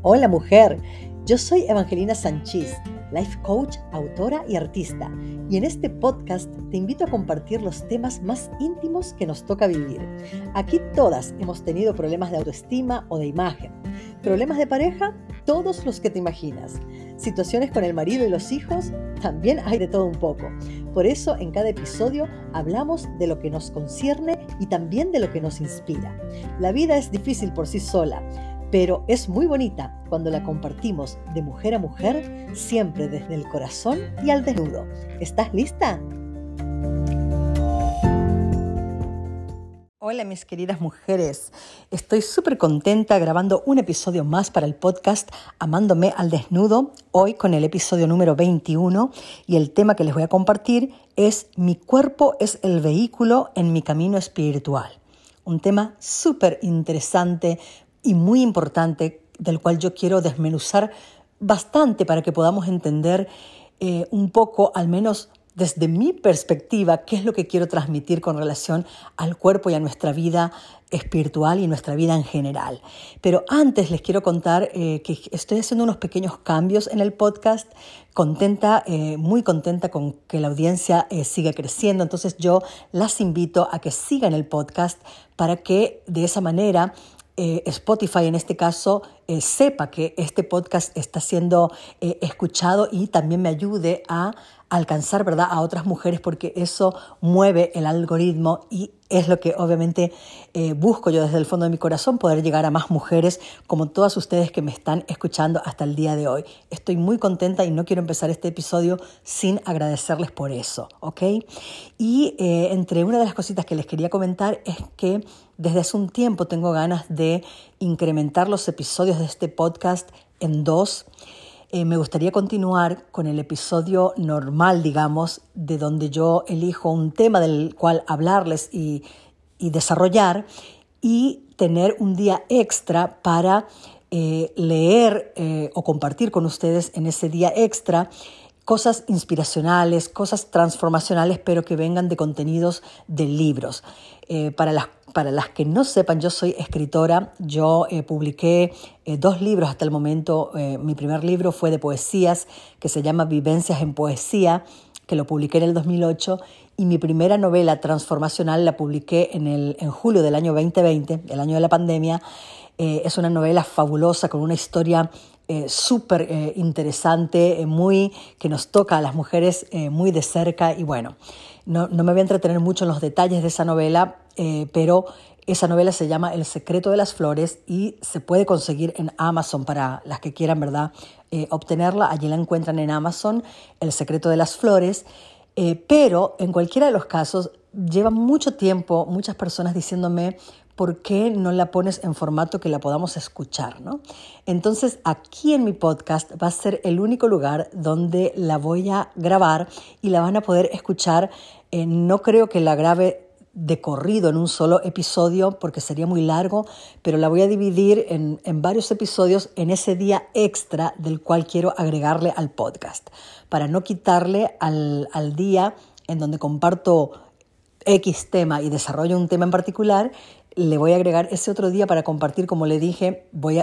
Hola mujer, yo soy Evangelina Sanchís, life coach, autora y artista, y en este podcast te invito a compartir los temas más íntimos que nos toca vivir. Aquí todas hemos tenido problemas de autoestima o de imagen, problemas de pareja, todos los que te imaginas, situaciones con el marido y los hijos, también hay de todo un poco. Por eso en cada episodio hablamos de lo que nos concierne y también de lo que nos inspira. La vida es difícil por sí sola, pero es muy bonita cuando la compartimos de mujer a mujer, siempre desde el corazón y al desnudo. ¿Estás lista? Hola mis queridas mujeres, estoy súper contenta grabando un episodio más para el podcast Amándome al Desnudo, hoy con el episodio número 21, y el tema que les voy a compartir es Mi cuerpo es el vehículo en mi camino espiritual. Un tema súper interesante y muy importante, del cual yo quiero desmenuzar bastante para que podamos entender un poco, al menos desde mi perspectiva, qué es lo que quiero transmitir con relación al cuerpo y a nuestra vida espiritual y nuestra vida en general. Pero antes les quiero contar que estoy haciendo unos pequeños cambios en el podcast, muy contenta con que la audiencia siga creciendo. Entonces yo las invito a que sigan el podcast para que de esa manera Spotify en este caso sepa que este podcast está siendo escuchado y también me ayude a alcanzar, ¿verdad?, a otras mujeres, porque eso mueve el algoritmo y es lo que obviamente busco yo desde el fondo de mi corazón, poder llegar a más mujeres como todas ustedes que me están escuchando hasta el día de hoy. Estoy muy contenta y no quiero empezar este episodio sin agradecerles por eso, ¿ok? Y entre una de las cositas que les quería comentar es que desde hace un tiempo tengo ganas de incrementar los episodios de este podcast en 2. Me gustaría continuar con el episodio normal, digamos, de donde yo elijo un tema del cual hablarles y desarrollar, y tener un día extra para leer o compartir con ustedes en ese día extra cosas inspiracionales, cosas transformacionales, pero que vengan de contenidos de libros. Para las que no sepan, yo soy escritora. Yo publiqué 2 libros hasta el momento. Mi primer libro fue de poesías, que se llama Vivencias en Poesía, que lo publiqué en el 2008. Y mi primera novela transformacional la publiqué en julio del año 2020, el año de la pandemia. Es una novela fabulosa con una historia súper interesante, que nos toca a las mujeres muy de cerca. Y bueno, no me voy a entretener mucho en los detalles de esa novela, pero esa novela se llama El secreto de las flores y se puede conseguir en Amazon para las que quieran, ¿verdad?, obtenerla. Allí la encuentran en Amazon, El secreto de las flores. Pero en cualquiera de los casos, lleva mucho tiempo muchas personas diciéndome: ¿por qué no la pones en formato que la podamos escuchar, ¿no? Entonces, aquí en mi podcast va a ser el único lugar donde la voy a grabar y la van a poder escuchar. No creo que la grabe de corrido en un solo episodio porque sería muy largo, pero la voy a dividir en varios episodios en ese día extra del cual quiero agregarle al podcast, para no quitarle al día en donde comparto X tema y desarrollo un tema en particular. Le voy a agregar ese otro día para compartir, como les dije, voy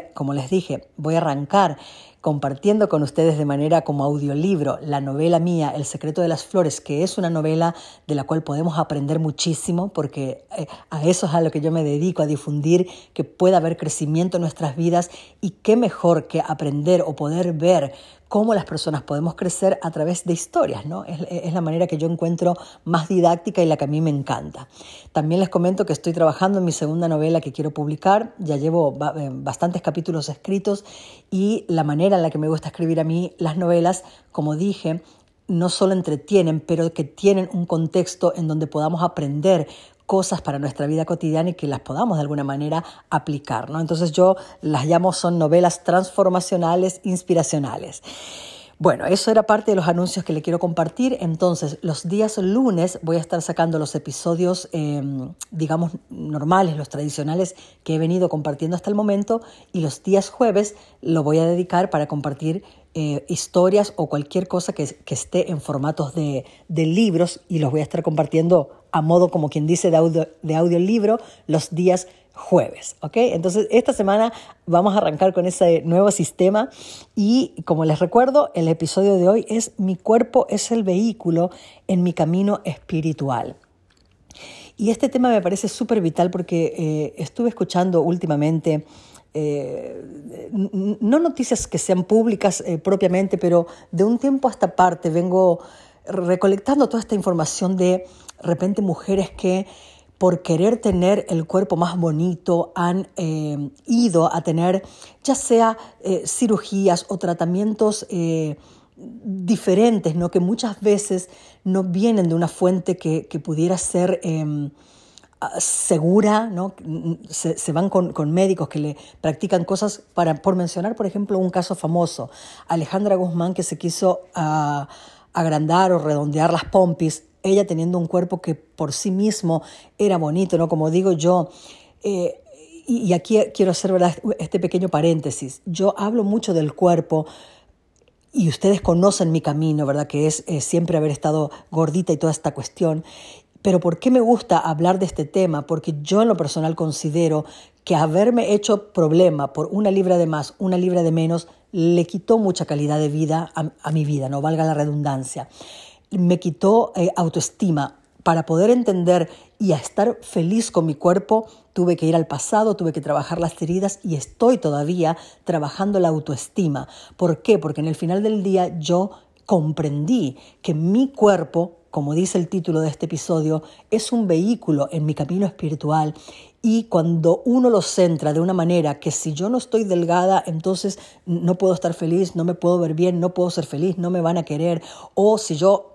a arrancar compartiendo con ustedes de manera como audiolibro la novela mía, El secreto de las flores, que es una novela de la cual podemos aprender muchísimo, porque a eso es a lo que yo me dedico, a difundir que pueda haber crecimiento en nuestras vidas, y qué mejor que aprender o poder ver cómo las personas podemos crecer a través de historias, ¿no? Es la manera que yo encuentro más didáctica y la que a mí me encanta. También les comento que estoy trabajando en mi segunda novela que quiero publicar. Ya llevo bastantes capítulos escritos, y la manera en la que me gusta escribir a mí las novelas, como dije, no solo entretienen, pero que tienen un contexto en donde podamos aprender cosas para nuestra vida cotidiana y que las podamos de alguna manera aplicar, ¿no? Entonces yo las llamo, son novelas transformacionales, inspiracionales. Bueno, eso era parte de los anuncios que le quiero compartir. Entonces, los días lunes voy a estar sacando los episodios, digamos, normales, los tradicionales que he venido compartiendo hasta el momento, y los días jueves lo voy a dedicar para compartir historias o cualquier cosa que esté en formatos de libros, y los voy a estar compartiendo a modo, como quien dice, de audiolibro los días jueves, ¿ok? Entonces, esta semana vamos a arrancar con ese nuevo sistema y, como les recuerdo, el episodio de hoy es Mi cuerpo es el vehículo en mi camino espiritual. Y este tema me parece súper vital porque estuve escuchando últimamente, no noticias que sean públicas propiamente, pero de un tiempo a esta parte vengo recolectando toda esta información de repente mujeres que por querer tener el cuerpo más bonito han ido a tener ya sea cirugías o tratamientos diferentes, ¿no? Que muchas veces no vienen de una fuente que pudiera ser segura, ¿no? Se van con médicos que le practican cosas por mencionar, por ejemplo, un caso famoso, Alejandra Guzmán, que se quiso agrandar o redondear las pompis, ella teniendo un cuerpo que por sí mismo era bonito, ¿no? Como digo yo, y aquí quiero hacer, ¿verdad?, este pequeño paréntesis. Yo hablo mucho del cuerpo y ustedes conocen mi camino, ¿verdad?, que es siempre haber estado gordita y toda esta cuestión. Pero ¿por qué me gusta hablar de este tema? Porque yo en lo personal considero que haberme hecho problema por 1 libra de más, 1 libra de menos, le quitó mucha calidad de vida a mi vida, no valga la redundancia. Me quitó autoestima. Para poder entender y a estar feliz con mi cuerpo, tuve que ir al pasado, tuve que trabajar las heridas y estoy todavía trabajando la autoestima. ¿Por qué? Porque en el final del día yo comprendí que mi cuerpo, como dice el título de este episodio, es un vehículo en mi camino espiritual. Y cuando uno lo centra de una manera que si yo no estoy delgada, entonces no puedo estar feliz, no me puedo ver bien, no puedo ser feliz, no me van a querer. O si yo,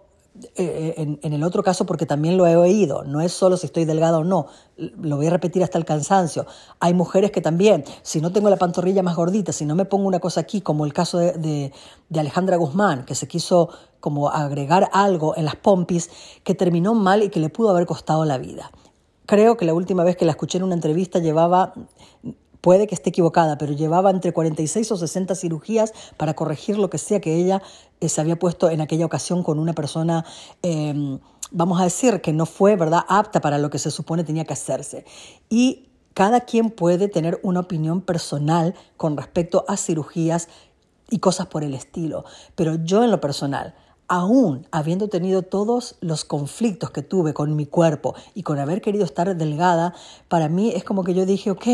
en el otro caso, porque también lo he oído, no es solo si estoy delgada o no, lo voy a repetir hasta el cansancio. Hay mujeres que también, si no tengo la pantorrilla más gordita, si no me pongo una cosa aquí, como el caso de Alejandra Guzmán, que se quiso como agregar algo en las pompis que terminó mal y que le pudo haber costado la vida. Creo que la última vez que la escuché en una entrevista llevaba, puede que esté equivocada, pero llevaba entre 46 o 60 cirugías para corregir lo que sea que ella se había puesto en aquella ocasión con una persona, vamos a decir, que no fue, ¿verdad?, apta para lo que se supone tenía que hacerse. Y cada quien puede tener una opinión personal con respecto a cirugías y cosas por el estilo. Pero yo en lo personal, aún habiendo tenido todos los conflictos que tuve con mi cuerpo y con haber querido estar delgada, para mí es como que yo dije, ok,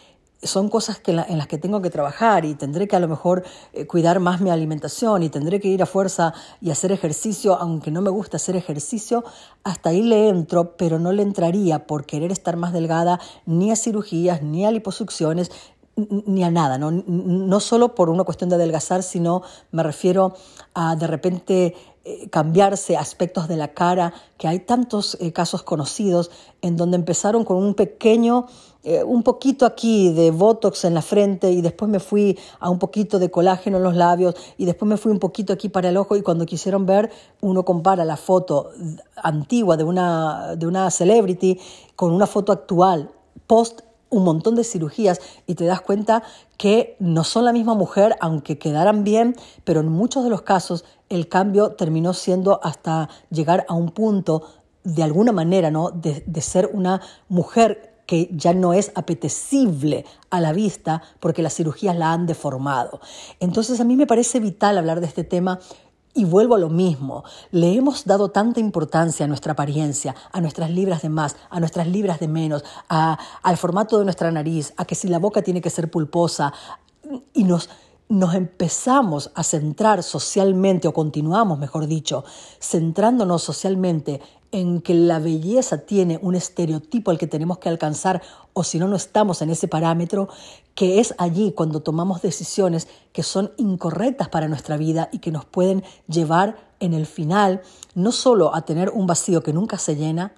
son cosas en las que tengo que trabajar y tendré que a lo mejor cuidar más mi alimentación y tendré que ir a fuerza y hacer ejercicio, aunque no me gusta hacer ejercicio, hasta ahí le entro, pero no le entraría por querer estar más delgada ni a cirugías, ni a liposucciones, ni a nada, no solo por una cuestión de adelgazar, sino me refiero a de repente cambiarse aspectos de la cara, que hay tantos casos conocidos en donde empezaron con un pequeño, un poquito aquí de Botox en la frente y después me fui a un poquito de colágeno en los labios y después me fui un poquito aquí para el ojo y cuando quisieron ver, uno compara la foto antigua de una celebrity con una foto actual, post un montón de cirugías y te das cuenta que no son la misma mujer, aunque quedaran bien, pero en muchos de los casos el cambio terminó siendo hasta llegar a un punto, de alguna manera, ¿no?, de ser una mujer que ya no es apetecible a la vista porque las cirugías la han deformado. Entonces a mí me parece vital hablar de este tema. Y vuelvo a lo mismo, le hemos dado tanta importancia a nuestra apariencia, a nuestras libras de más, a nuestras libras de menos, al formato de nuestra nariz, a que si la boca tiene que ser pulposa, y nos empezamos a centrar socialmente, o continuamos, mejor dicho, centrándonos socialmente en que la belleza tiene un estereotipo al que tenemos que alcanzar, o si no, no estamos en ese parámetro, que es allí cuando tomamos decisiones que son incorrectas para nuestra vida y que nos pueden llevar en el final no solo a tener un vacío que nunca se llena,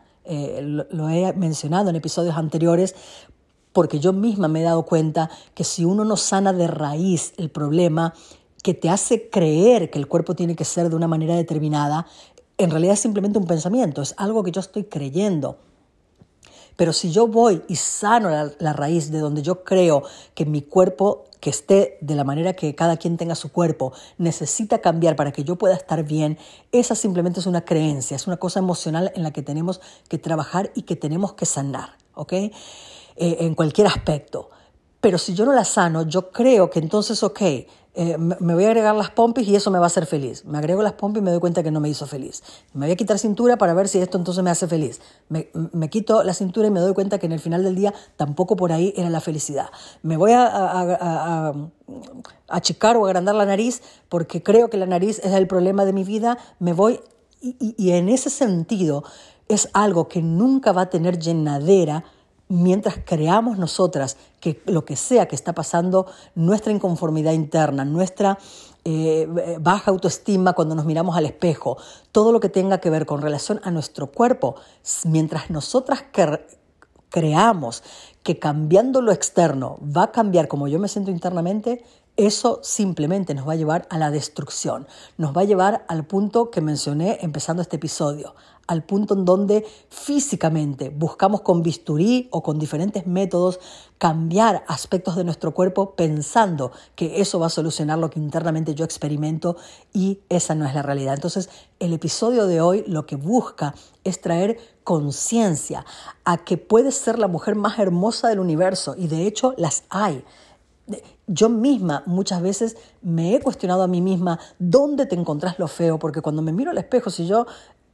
lo he mencionado en episodios anteriores, porque yo misma me he dado cuenta que si uno no sana de raíz el problema que te hace creer que el cuerpo tiene que ser de una manera determinada, en realidad es simplemente un pensamiento, es algo que yo estoy creyendo. Pero si yo voy y sano la raíz de donde yo creo que mi cuerpo, que esté de la manera que cada quien tenga su cuerpo, necesita cambiar para que yo pueda estar bien, esa simplemente es una creencia, es una cosa emocional en la que tenemos que trabajar y que tenemos que sanar, ¿ok? en cualquier aspecto. Pero si yo no la sano, yo creo que entonces, me voy a agregar las pompis y eso me va a hacer feliz. Me agrego las pompis y me doy cuenta que no me hizo feliz. Me voy a quitar cintura para ver si esto entonces me hace feliz. Me quito la cintura y me doy cuenta que en el final del día tampoco por ahí era la felicidad. Me voy a achicar o agrandar la nariz porque creo que la nariz es el problema de mi vida. Me voy y en ese sentido es algo que nunca va a tener llenadera mientras creamos nosotras que lo que sea que está pasando, nuestra inconformidad interna, nuestra baja autoestima cuando nos miramos al espejo, todo lo que tenga que ver con relación a nuestro cuerpo, mientras nosotras creamos que cambiando lo externo va a cambiar como yo me siento internamente, eso simplemente nos va a llevar a la destrucción, nos va a llevar al punto que mencioné empezando este episodio, al punto en donde físicamente buscamos con bisturí o con diferentes métodos cambiar aspectos de nuestro cuerpo pensando que eso va a solucionar lo que internamente yo experimento y esa no es la realidad. Entonces, el episodio de hoy lo que busca es traer conciencia a que puedes ser la mujer más hermosa del universo y de hecho las hay. Yo misma muchas veces me he cuestionado a mí misma dónde te encontrás lo feo, porque cuando me miro al espejo, si yo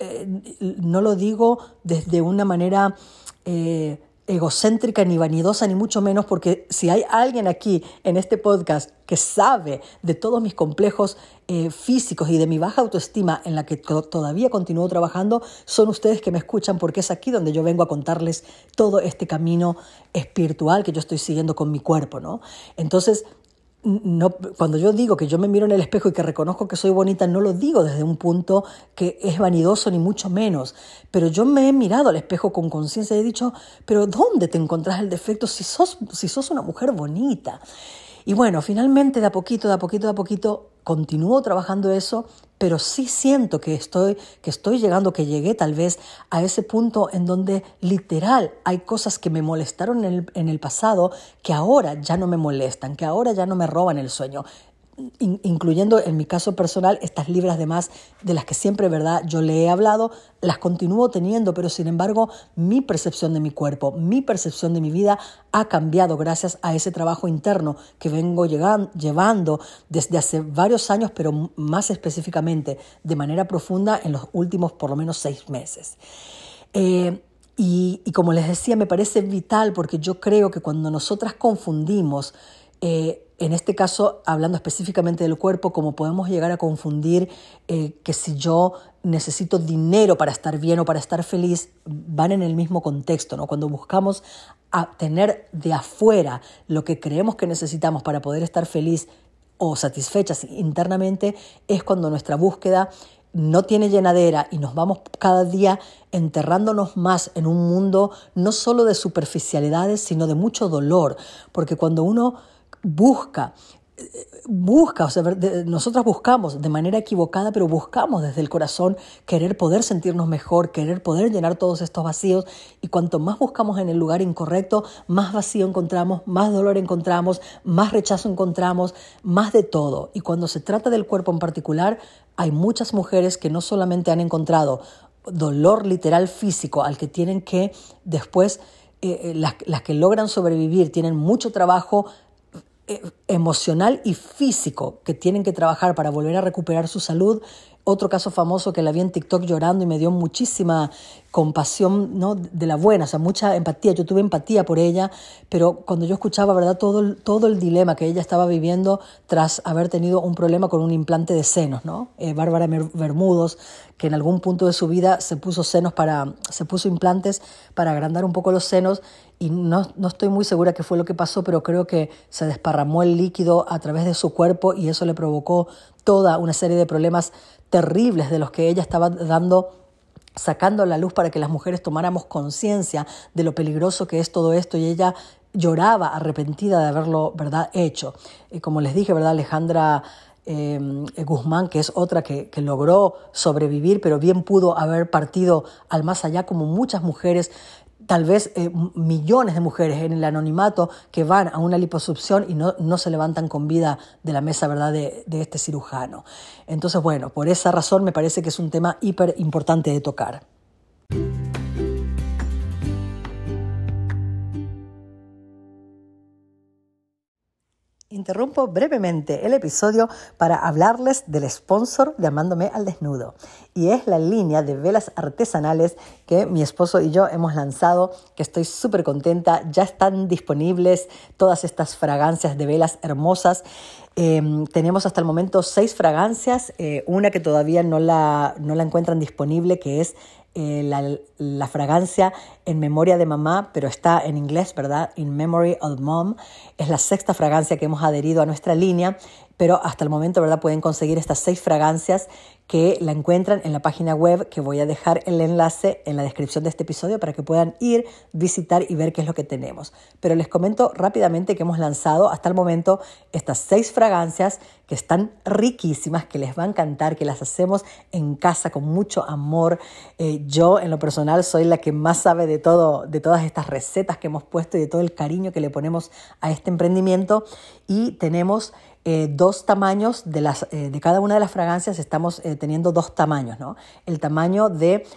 no lo digo desde una manera egocéntrica ni vanidosa, ni mucho menos, porque si hay alguien aquí en este podcast que sabe de todos mis complejos físicos y de mi baja autoestima en la que todavía continúo trabajando, son ustedes que me escuchan, porque es aquí donde yo vengo a contarles todo este camino espiritual que yo estoy siguiendo con mi cuerpo, ¿no? Entonces, no, cuando yo digo que yo me miro en el espejo y que reconozco que soy bonita, no lo digo desde un punto que es vanidoso ni mucho menos, pero yo me he mirado al espejo con conciencia y he dicho, pero ¿dónde te encontrás el defecto si sos una mujer bonita? Y bueno, finalmente de a poquito continúo trabajando eso, pero sí siento que estoy llegando, que llegué tal vez a ese punto en donde literal hay cosas que me molestaron en el pasado que ahora ya no me molestan, que ahora ya no me roban el sueño. Incluyendo en mi caso personal estas libras de más de las que siempre, ¿verdad?, yo le he hablado, las continúo teniendo, pero sin embargo mi percepción de mi cuerpo, mi percepción de mi vida ha cambiado gracias a ese trabajo interno que vengo llevando desde hace varios años, pero más específicamente de manera profunda en los últimos por lo menos 6 meses. Y como les decía, me parece vital porque yo creo que cuando nosotras confundimos en este caso, hablando específicamente del cuerpo, como podemos llegar a confundir que si yo necesito dinero para estar bien o para estar feliz, van en el mismo contexto, ¿no? Cuando buscamos tener de afuera lo que creemos que necesitamos para poder estar feliz o satisfechas internamente, es cuando nuestra búsqueda no tiene llenadera y nos vamos cada día enterrándonos más en un mundo no solo de superficialidades, sino de mucho dolor, porque cuando uno busca, o sea, nosotras buscamos de manera equivocada, pero buscamos desde el corazón querer poder sentirnos mejor, querer poder llenar todos estos vacíos, y cuanto más buscamos en el lugar incorrecto, más vacío encontramos, más dolor encontramos, más rechazo encontramos, más de todo. Y cuando se trata del cuerpo en particular, hay muchas mujeres que no solamente han encontrado dolor literal físico al que tienen que después, las que logran sobrevivir tienen mucho trabajo emocional y físico que tienen que trabajar para volver a recuperar su salud. Otro caso famoso que la vi en TikTok llorando y me dio muchísima compasión, ¿no?, de la buena, o sea, mucha empatía. Yo tuve empatía por ella, pero cuando yo escuchaba, ¿verdad?, todo el dilema que ella estaba viviendo tras haber tenido un problema con un implante de senos, ¿no? Bárbara Bermudos, que en algún punto de su vida se puso implantes para agrandar un poco los senos, y no estoy muy segura qué fue lo que pasó, pero creo que se desparramó el líquido a través de su cuerpo y eso le provocó toda una serie de problemas terribles de los que ella estaba sacando a la luz para que las mujeres tomáramos conciencia de lo peligroso que es todo esto, y ella lloraba arrepentida de haberlo, ¿verdad?, hecho. Como les dije, ¿verdad?, Alejandra Guzmán, que es otra que logró sobrevivir, pero bien pudo haber partido al más allá, como muchas mujeres, tal vez millones de mujeres en el anonimato que van a una liposucción y no se levantan con vida de la mesa, ¿verdad?, de este cirujano. Entonces, bueno, por esa razón me parece que es un tema hiper importante de tocar. Interrumpo brevemente el episodio para hablarles del sponsor de Amándome al Desnudo. Y es la línea de velas artesanales que mi esposo y yo hemos lanzado, que estoy súper contenta. Ya están disponibles todas estas fragancias de velas hermosas. Tenemos hasta el momento 6 fragancias, una que todavía no la encuentran disponible, que es la fragancia en memoria de mamá, pero está en inglés, ¿verdad? In Memory of Mom. Es la 6ª fragancia que hemos adherido a nuestra línea, pero hasta el momento, ¿verdad? Pueden conseguir estas 6 fragancias que la encuentran en la página web, que voy a dejar el enlace en la descripción de este episodio para que puedan ir, visitar y ver qué es lo que tenemos. Pero les comento rápidamente que hemos lanzado hasta el momento estas 6 fragancias que están riquísimas, que les va a encantar, que las hacemos en casa con mucho amor. Yo, en lo personal, soy la que más sabe de todas estas recetas que hemos puesto y de todo el cariño que le ponemos a este emprendimiento. Y tenemos 2 tamaños de cada una de las fragancias. Estamos teniendo 2 tamaños, ¿no? El tamaño de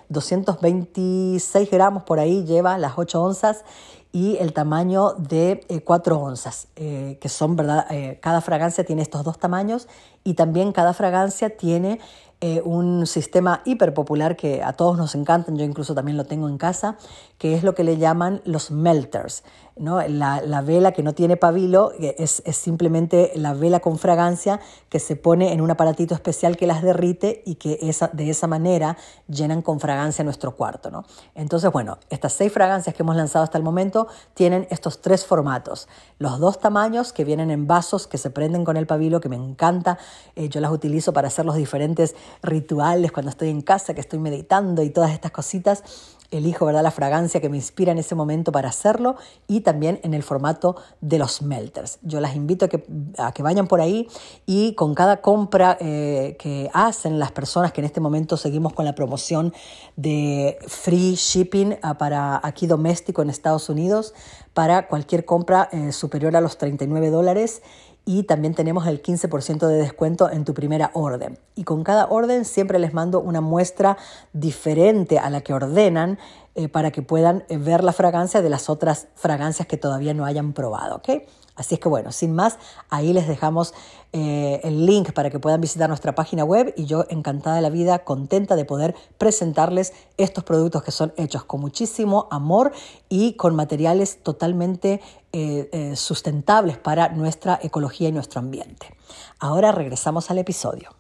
226 gramos, por ahí lleva las 8 onzas, y el tamaño de 4 onzas, que son, ¿verdad? Cada fragancia tiene estos 2 tamaños, y también cada fragancia tiene un sistema hiper popular que a todos nos encantan. Yo incluso también lo tengo en casa, que es lo que le llaman los melters, ¿no? La vela que no tiene pabilo es simplemente la vela con fragancia que se pone en un aparatito especial que las derrite y que de esa manera llenan con fragancia nuestro cuarto, ¿no? Entonces, bueno, estas 6 fragancias que hemos lanzado hasta el momento tienen estos 3 formatos. Los 2 tamaños que vienen en vasos que se prenden con el pabilo, que me encanta. Yo las utilizo para hacer los diferentes rituales cuando estoy en casa, que estoy meditando y todas estas cositas. Elijo, ¿verdad?, la fragancia que me inspira en ese momento para hacerlo, y también en el formato de los melters. Yo las invito a que vayan por ahí, y con cada compra que hacen las personas, que en este momento seguimos con la promoción de free shipping para aquí doméstico en Estados Unidos, para cualquier compra superior a los $39, y también tenemos el 15% de descuento en tu primera orden. Y con cada orden siempre les mando una muestra diferente a la que ordenan, para que puedan ver la fragancia de las otras fragancias que todavía no hayan probado, ¿ok? Así es que bueno, sin más, ahí les dejamos el link para que puedan visitar nuestra página web, y yo encantada de la vida, contenta de poder presentarles estos productos que son hechos con muchísimo amor y con materiales totalmente sustentables para nuestra ecología y nuestro ambiente. Ahora regresamos al episodio.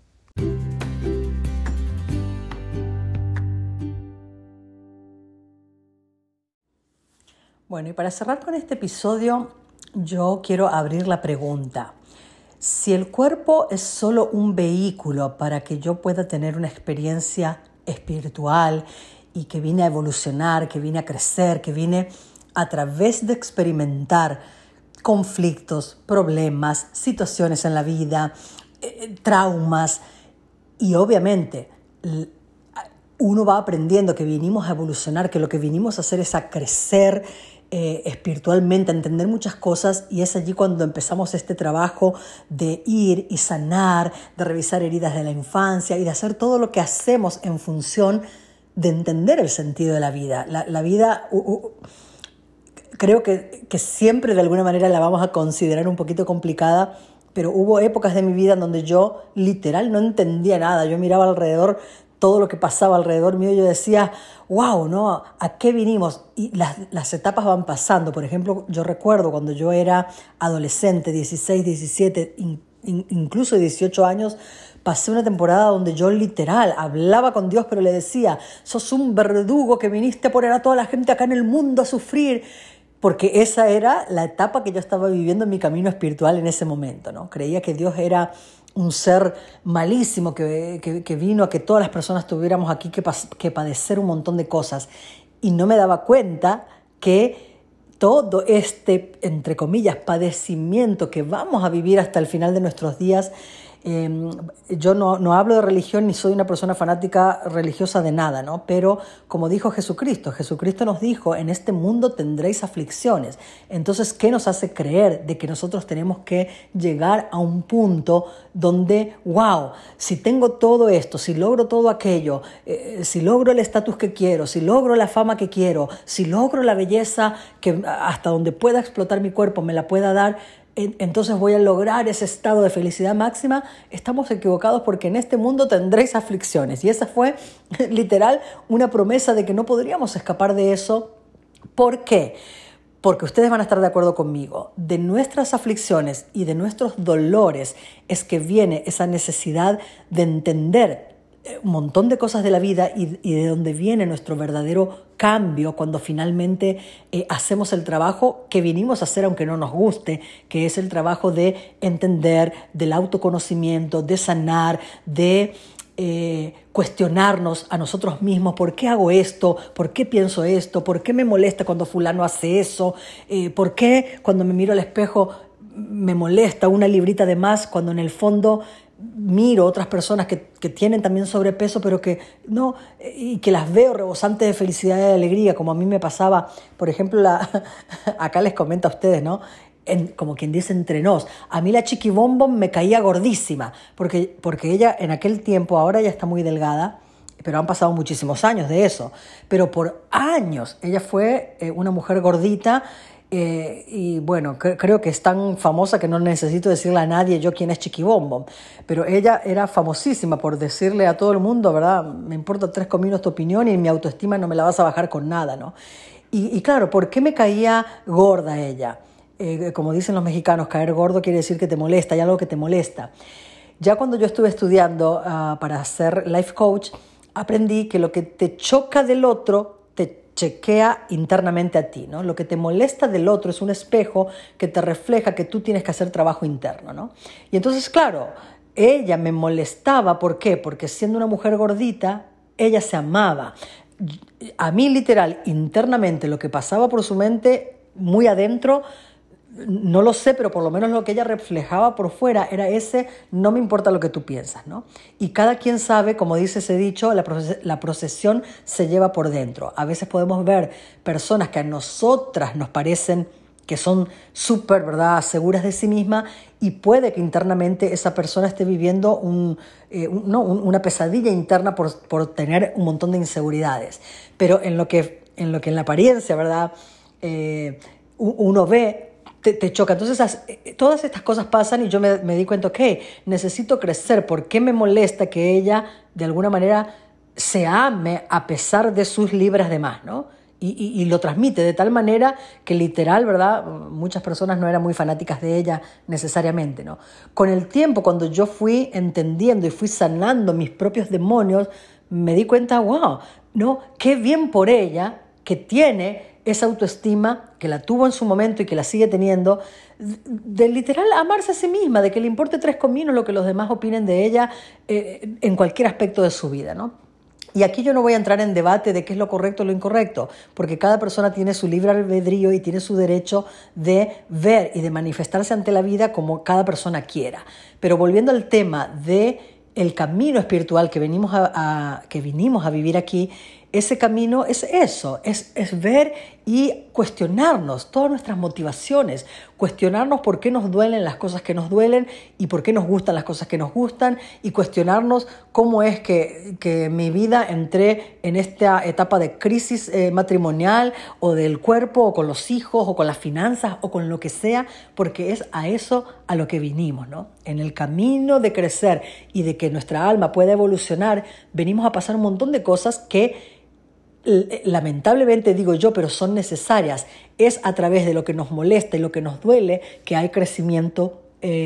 Bueno, y para cerrar con este episodio, yo quiero abrir la pregunta. Si el cuerpo es solo un vehículo para que yo pueda tener una experiencia espiritual, y que vine a evolucionar, que vine a crecer, que vine a través de experimentar conflictos, problemas, situaciones en la vida, traumas, y obviamente uno va aprendiendo que vinimos a evolucionar, que lo que vinimos a hacer es a crecer espiritualmente, a entender muchas cosas, y es allí cuando empezamos este trabajo de ir y sanar, de revisar heridas de la infancia y de hacer todo lo que hacemos en función de entender el sentido de la vida. La vida creo que siempre de alguna manera la vamos a considerar un poquito complicada, pero hubo épocas de mi vida en donde yo literal no entendía nada. Yo miraba alrededor todo lo que pasaba alrededor mío, y yo decía, wow, ¿no? ¿A qué vinimos? Y las etapas van pasando. Por ejemplo, yo recuerdo cuando yo era adolescente, 16, 17, incluso 18 años, pasé una temporada donde yo literal hablaba con Dios, pero le decía, sos un verdugo que viniste a poner a toda la gente acá en el mundo a sufrir. Porque esa era la etapa que yo estaba viviendo en mi camino espiritual en ese momento, ¿no? Creía que Dios era un ser malísimo que vino a que todas las personas tuviéramos aquí que padecer un montón de cosas. Y no me daba cuenta que todo este, entre comillas, padecimiento que vamos a vivir hasta el final de nuestros días. Yo no hablo de religión, ni soy una persona fanática religiosa de nada, ¿no? Pero como dijo Jesucristo nos dijo, en este mundo tendréis aflicciones. Entonces, ¿qué nos hace creer de que nosotros tenemos que llegar a un punto donde, wow, si tengo todo esto, si logro todo aquello, si logro el estatus que quiero, si logro la fama que quiero, si logro la belleza que hasta donde pueda explotar mi cuerpo me la pueda dar, entonces voy a lograr ese estado de felicidad máxima. Estamos equivocados, porque en este mundo tendréis aflicciones. Y esa fue literal una promesa de que no podríamos escapar de eso. ¿Por qué? Porque ustedes van a estar de acuerdo conmigo. De nuestras aflicciones y de nuestros dolores es que viene esa necesidad de entender un montón de cosas de la vida, y de donde viene nuestro verdadero cambio cuando finalmente hacemos el trabajo que vinimos a hacer aunque no nos guste, que es el trabajo de entender, del autoconocimiento, de sanar, de cuestionarnos a nosotros mismos. ¿Por qué hago esto? ¿Por qué pienso esto? ¿Por qué me molesta cuando fulano hace eso? ¿Por qué cuando me miro al espejo me molesta una librita de más, cuando en el fondo miro otras personas que tienen también sobrepeso, pero que no, y que las veo rebosantes de felicidad y de alegría, como a mí me pasaba? Por ejemplo, acá les comento a ustedes, ¿no? Como quien dice entre nos, a mí la Chiqui Bombón me caía gordísima, porque ella en aquel tiempo, ahora ya está muy delgada, pero han pasado muchísimos años de eso, pero por años ella fue una mujer gordita. Y bueno, creo que es tan famosa que no necesito decirle a nadie yo quién es Chiqui Bombón, pero ella era famosísima por decirle a todo el mundo, ¿verdad? Me importa 3 cominos tu opinión y mi autoestima no me la vas a bajar con nada, ¿no? Y claro, ¿por qué me caía gorda ella? Como dicen los mexicanos, caer gordo quiere decir que te molesta, hay algo que te molesta. Ya cuando yo estuve estudiando para ser life coach, aprendí que lo que te choca del otro chequea internamente a ti, ¿no? Lo que te molesta del otro es un espejo que te refleja que tú tienes que hacer trabajo interno, ¿no? Y entonces, claro, ella me molestaba. ¿Por qué? Porque siendo una mujer gordita, ella se amaba. A mí, literal, internamente, lo que pasaba por su mente, muy adentro, no lo sé, pero por lo menos lo que ella reflejaba por fuera era ese no me importa lo que tú piensas, ¿no? Y cada quien sabe, como dice ese dicho, la procesión se lleva por dentro. A veces podemos ver personas que a nosotras nos parecen que son súper, ¿verdad?, seguras de sí misma, y puede que internamente esa persona esté viviendo una pesadilla interna por tener un montón de inseguridades. Pero en lo que en la apariencia, ¿verdad?, uno ve, te choca. Entonces, todas estas cosas pasan y yo me di cuenta, ok, necesito crecer. ¿Por qué me molesta que ella, de alguna manera, se ame a pesar de sus libras de más, ¿no? Y lo transmite de tal manera que literal, ¿verdad?, muchas personas no eran muy fanáticas de ella necesariamente, ¿no? Con el tiempo, cuando yo fui entendiendo y fui sanando mis propios demonios, me di cuenta, wow, ¿no?, qué bien por ella que tiene esa autoestima, que la tuvo en su momento y que la sigue teniendo, de literal amarse a sí misma, de que le importe 3 cominos lo que los demás opinen de ella en cualquier aspecto de su vida, ¿no? Y aquí yo no voy a entrar en debate de qué es lo correcto o lo incorrecto, porque cada persona tiene su libre albedrío y tiene su derecho de ver y de manifestarse ante la vida como cada persona quiera. Pero volviendo al tema de el camino espiritual que vinimos a vivir aquí, ese camino es eso, es ver y cuestionarnos todas nuestras motivaciones, cuestionarnos por qué nos duelen las cosas que nos duelen y por qué nos gustan las cosas que nos gustan, y cuestionarnos cómo es que mi vida entré en esta etapa de crisis matrimonial o del cuerpo o con los hijos o con las finanzas o con lo que sea, porque es a eso a lo que vinimos, ¿no? En el camino de crecer y de que nuestra alma pueda evolucionar, venimos a pasar un montón de cosas que lamentablemente digo yo, pero son necesarias. Es a través de lo que nos molesta y lo que nos duele que hay crecimiento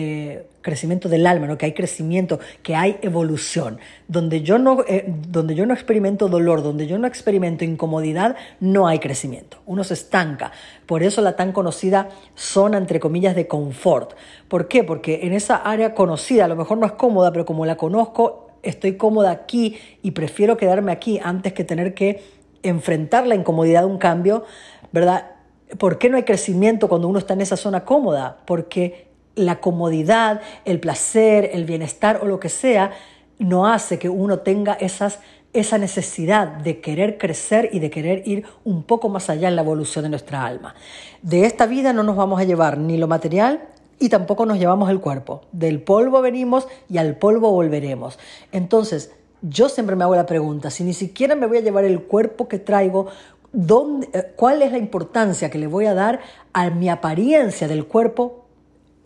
del alma, ¿no? Que hay crecimiento, que hay evolución. Donde yo no experimento dolor, donde yo no experimento incomodidad, no hay crecimiento. Uno se estanca. Por eso la tan conocida zona, entre comillas, de confort. ¿Por qué? Porque en esa área conocida, a lo mejor no es cómoda, pero como la conozco, estoy cómoda aquí y prefiero quedarme aquí antes que tener que enfrentar la incomodidad de un cambio, ¿verdad? ¿Por qué no hay crecimiento cuando uno está en esa zona cómoda? Porque la comodidad, el placer, el bienestar o lo que sea, no hace que uno tenga esa necesidad de querer crecer y de querer ir un poco más allá en la evolución de nuestra alma. De esta vida no nos vamos a llevar ni lo material y tampoco nos llevamos el cuerpo. Del polvo venimos y al polvo volveremos. Entonces, yo siempre me hago la pregunta, si ni siquiera me voy a llevar el cuerpo que traigo, ¿cuál es la importancia que le voy a dar a mi apariencia del cuerpo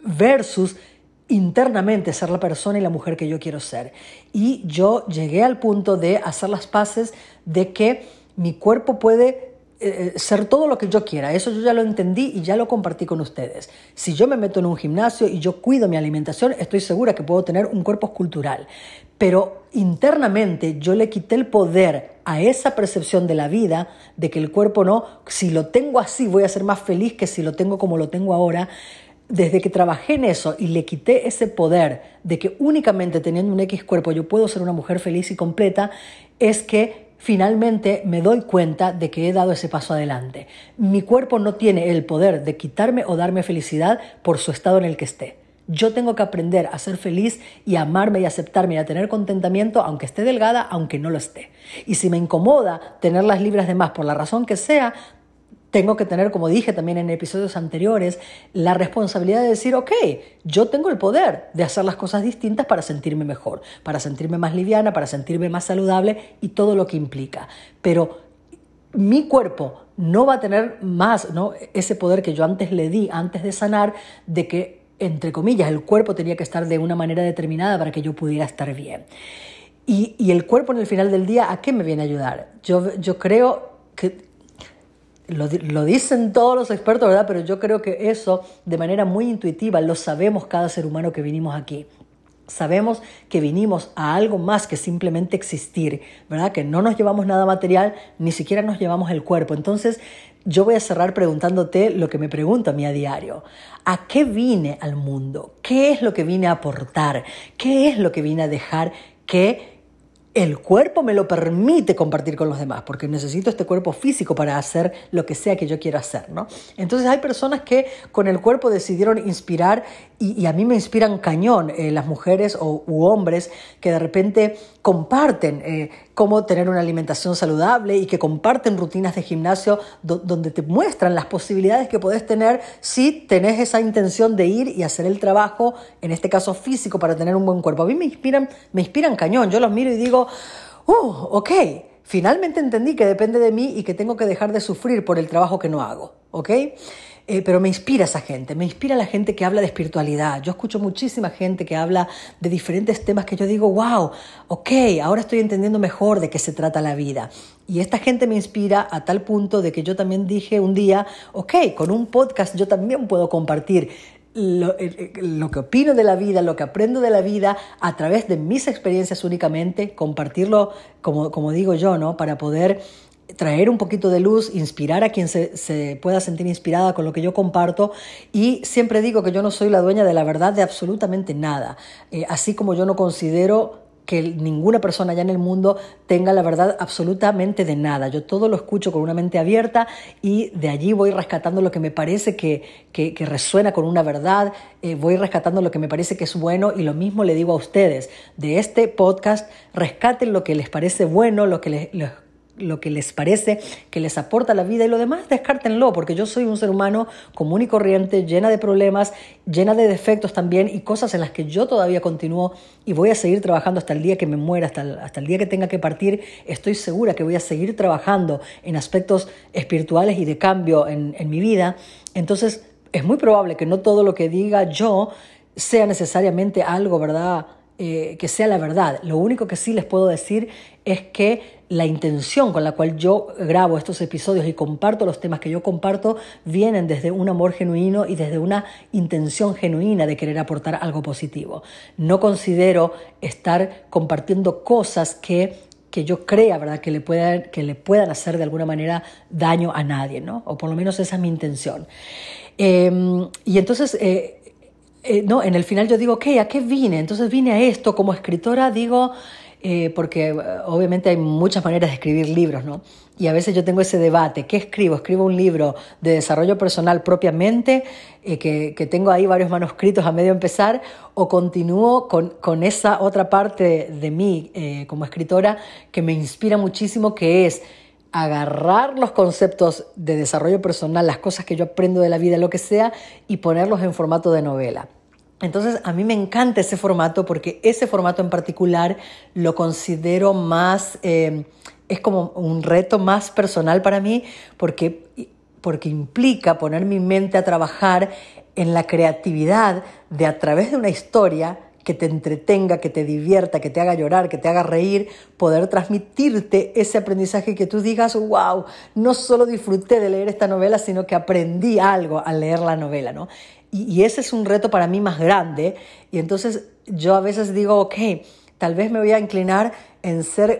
versus internamente ser la persona y la mujer que yo quiero ser. Y yo llegué al punto de hacer las paces de que mi cuerpo puede ser todo lo que yo quiera. Eso yo ya lo entendí y ya lo compartí con ustedes. Si yo me meto en un gimnasio y yo cuido mi alimentación, estoy segura que puedo tener un cuerpo escultural. Pero internamente yo le quité el poder a esa percepción de la vida, de que el cuerpo no, si lo tengo así voy a ser más feliz que si lo tengo como lo tengo ahora. Desde que trabajé en eso y le quité ese poder de que únicamente teniendo un X cuerpo yo puedo ser una mujer feliz y completa, es que finalmente me doy cuenta de que he dado ese paso adelante. Mi cuerpo no tiene el poder de quitarme o darme felicidad por su estado en el que esté. Yo tengo que aprender a ser feliz y a amarme y aceptarme y a tener contentamiento aunque esté delgada, aunque no lo esté. Y si me incomoda tener las libras de más por la razón que sea, tengo que tener, como dije también en episodios anteriores, la responsabilidad de decir, ok, yo tengo el poder de hacer las cosas distintas para sentirme mejor, para sentirme más liviana, para sentirme más saludable y todo lo que implica. Pero mi cuerpo no va a tener más, ¿no?, ese poder que yo antes le di, antes de sanar, de que, entre comillas, el cuerpo tenía que estar de una manera determinada para que yo pudiera estar bien. Y el cuerpo en el final del día, ¿a qué me viene a ayudar? Yo creo que lo dicen todos los expertos, ¿verdad? Pero yo creo que eso, de manera muy intuitiva, lo sabemos cada ser humano que vinimos aquí. Sabemos que vinimos a algo más que simplemente existir, ¿verdad? Que no nos llevamos nada material, ni siquiera nos llevamos el cuerpo. Entonces, yo voy a cerrar preguntándote lo que me pregunto a mí a diario. ¿A qué vine al mundo? ¿Qué es lo que vine a aportar? ¿Qué es lo que vine a dejar que el cuerpo me lo permite compartir con los demás? Porque necesito este cuerpo físico para hacer lo que sea que yo quiera hacer, ¿no? Entonces hay personas que con el cuerpo decidieron inspirar y a mí me inspiran cañón las mujeres u hombres que de repente comparten cómo tener una alimentación saludable y que comparten rutinas de gimnasio donde te muestran las posibilidades que podés tener si tenés esa intención de ir y hacer el trabajo, en este caso físico, para tener un buen cuerpo. A mí me inspiran cañón. Yo los miro y digo, ok, finalmente entendí que depende de mí y que tengo que dejar de sufrir por el trabajo que no hago, ¿ok? Pero me inspira esa gente, me inspira la gente que habla de espiritualidad. Yo escucho muchísima gente que habla de diferentes temas que yo digo, wow, ok, ahora estoy entendiendo mejor de qué se trata la vida. Y esta gente me inspira a tal punto de que yo también dije un día, ok, con un podcast yo también puedo compartir lo que opino de la vida, lo que aprendo de la vida a través de mis experiencias únicamente, compartirlo como digo yo, ¿no? Para poder traer un poquito de luz, inspirar a quien se pueda sentir inspirada con lo que yo comparto. Y siempre digo que yo no soy la dueña de la verdad de absolutamente nada, así como yo no considero que ninguna persona allá en el mundo tenga la verdad absolutamente de nada. Yo todo lo escucho con una mente abierta y de allí voy rescatando lo que me parece que resuena con una verdad, voy rescatando lo que me parece que es bueno, y lo mismo le digo a ustedes. De este podcast, rescaten lo que les parece bueno, lo que les parece que les aporta la vida, y lo demás descártenlo, porque yo soy un ser humano común y corriente, llena de problemas, llena de defectos también, y cosas en las que yo todavía continúo y voy a seguir trabajando hasta el día que me muera, hasta el día que tenga que partir. Estoy segura que voy a seguir trabajando en aspectos espirituales y de cambio en mi vida. Entonces es muy probable que no todo lo que diga yo sea necesariamente algo, ¿verdad?, que sea la verdad. Lo único que sí les puedo decir es que la intención con la cual yo grabo estos episodios y comparto los temas que yo comparto vienen desde un amor genuino y desde una intención genuina de querer aportar algo positivo. No considero estar compartiendo cosas que yo crea, ¿verdad?, que le puedan hacer de alguna manera daño a nadie, ¿no? O por lo menos esa es mi intención. Y entonces no, en el final yo digo, ok, ¿a qué vine? Entonces vine a esto como escritora, digo, porque obviamente hay muchas maneras de escribir libros, ¿no? Y a veces yo tengo ese debate, ¿qué escribo? ¿Escribo un libro de desarrollo personal propiamente, que tengo ahí varios manuscritos a medio empezar, o continúo con esa otra parte de mí como escritora que me inspira muchísimo, que es agarrar los conceptos de desarrollo personal, las cosas que yo aprendo de la vida, lo que sea, y ponerlos en formato de novela? Entonces, a mí me encanta ese formato, porque ese formato en particular lo considero más, es como un reto más personal para mí, porque implica poner mi mente a trabajar en la creatividad de a través de una historia que te entretenga, que te divierta, que te haga llorar, que te haga reír, poder transmitirte ese aprendizaje que tú digas, wow, no solo disfruté de leer esta novela, sino que aprendí algo al leer la novela, ¿no? Y ese es un reto para mí más grande. Y entonces yo a veces digo, ok, tal vez me voy a inclinar en ser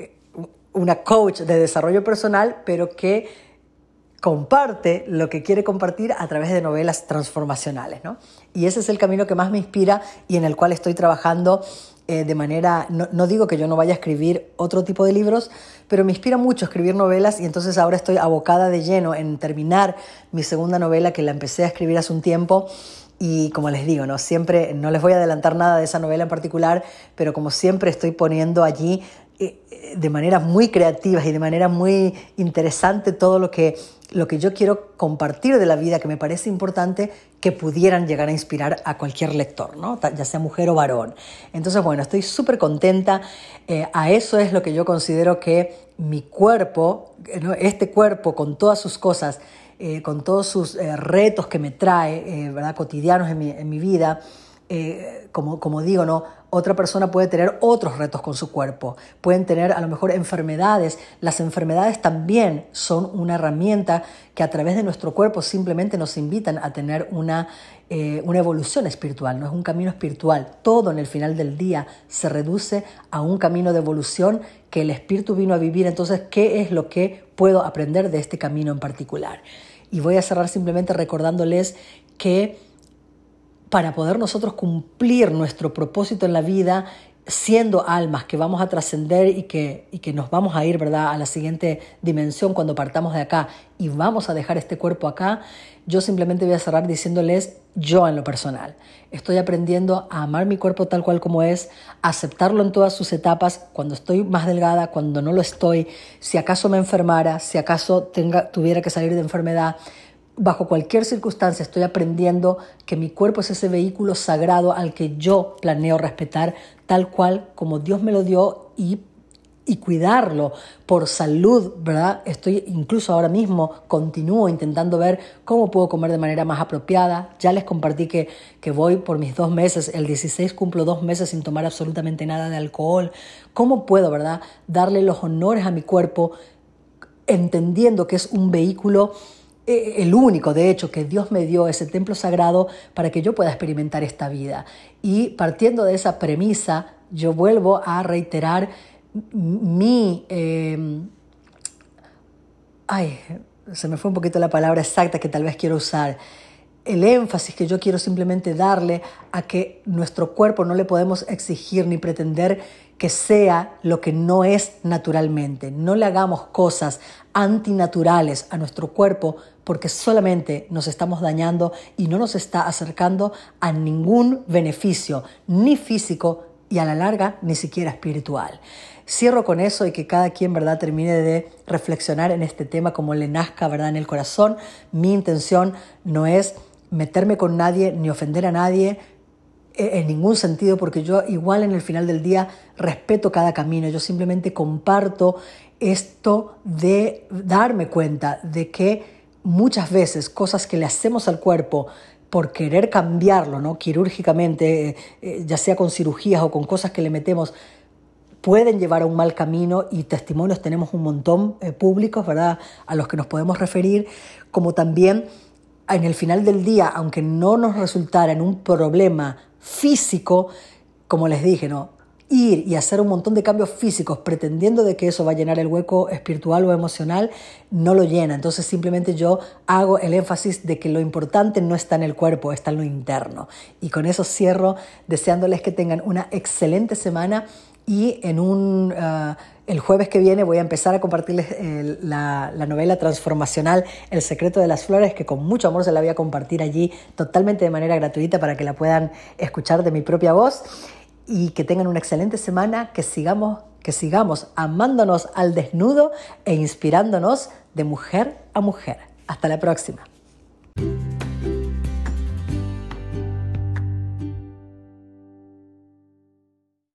una coach de desarrollo personal, pero que comparte lo que quiere compartir a través de novelas transformacionales, ¿no? Y ese es el camino que más me inspira y en el cual estoy trabajando de manera... No digo que yo no vaya a escribir otro tipo de libros, pero me inspira mucho escribir novelas y entonces ahora estoy abocada de lleno en terminar mi segunda novela que la empecé a escribir hace un tiempo. Y como les digo, ¿no? Siempre, no les voy a adelantar nada de esa novela en particular, pero como siempre estoy poniendo allí de manera muy creativa y de manera muy interesante todo lo que yo quiero compartir de la vida, que me parece importante que pudieran llegar a inspirar a cualquier lector, ¿no? Ya sea mujer o varón. Entonces, bueno, estoy súper contenta. A eso es lo que yo considero que mi cuerpo, ¿no? Este cuerpo con todas sus cosas, con todos sus retos que me trae, ¿verdad? Cotidianos en mi vida, como digo, ¿no? Otra persona puede tener otros retos con su cuerpo, pueden tener a lo mejor enfermedades. Las enfermedades también son una herramienta que a través de nuestro cuerpo simplemente nos invitan a tener una evolución espiritual, no es un camino espiritual. Todo en el final del día se reduce a un camino de evolución que el espíritu vino a vivir. Entonces, ¿qué es lo que puedo aprender de este camino en particular? Y voy a cerrar simplemente recordándoles que para poder nosotros cumplir nuestro propósito en la vida, siendo almas que vamos a trascender y que nos vamos a ir, ¿verdad?, a la siguiente dimensión cuando partamos de acá y vamos a dejar este cuerpo acá, yo simplemente voy a cerrar diciéndoles, yo en lo personal, estoy aprendiendo a amar mi cuerpo tal cual como es, a aceptarlo en todas sus etapas, cuando estoy más delgada, cuando no lo estoy, si acaso me enfermara, si acaso tuviera que salir de enfermedad. Bajo cualquier circunstancia estoy aprendiendo que mi cuerpo es ese vehículo sagrado al que yo planeo respetar tal cual como Dios me lo dio y cuidarlo por salud, ¿verdad? Estoy incluso ahora mismo, continúo intentando ver cómo puedo comer de manera más apropiada. Ya les compartí que voy por mis 2 meses, el 16 cumplo 2 meses sin tomar absolutamente nada de alcohol. ¿Cómo puedo, verdad, darle los honores a mi cuerpo entendiendo que es un vehículo, el único, de hecho, que Dios me dio, ese templo sagrado para que yo pueda experimentar esta vida? Y partiendo de esa premisa, yo vuelvo a reiterar se me fue un poquito la palabra exacta que tal vez quiero usar. El énfasis que yo quiero simplemente darle a que nuestro cuerpo no le podemos exigir ni pretender que sea lo que no es naturalmente. No le hagamos cosas antinaturales a nuestro cuerpo porque solamente nos estamos dañando y no nos está acercando a ningún beneficio, ni físico y a la larga ni siquiera espiritual. Cierro con eso y que cada quien, ¿verdad?, termine de reflexionar en este tema como le nazca, ¿verdad?, en el corazón. Mi intención no es meterme con nadie ni ofender a nadie en ningún sentido, porque yo igual en el final del día respeto cada camino. Yo simplemente comparto esto de darme cuenta de que muchas veces cosas que le hacemos al cuerpo por querer cambiarlo, ¿no?, quirúrgicamente, ya sea con cirugías o con cosas que le metemos, pueden llevar a un mal camino, y testimonios tenemos un montón públicos, ¿verdad?, a los que nos podemos referir, como también en el final del día, aunque no nos resultara en un problema físico, como les dije, ¿no?, ir y hacer un montón de cambios físicos pretendiendo de que eso va a llenar el hueco espiritual o emocional, no lo llena. Entonces simplemente yo hago el énfasis de que lo importante no está en el cuerpo, está en lo interno. Y con eso cierro deseándoles que tengan una excelente semana, y el jueves que viene voy a empezar a compartirles la novela transformacional El secreto de las flores, que con mucho amor se la voy a compartir allí totalmente de manera gratuita para que la puedan escuchar de mi propia voz. Y que tengan una excelente semana, que sigamos amándonos al desnudo e inspirándonos de mujer a mujer. Hasta la próxima.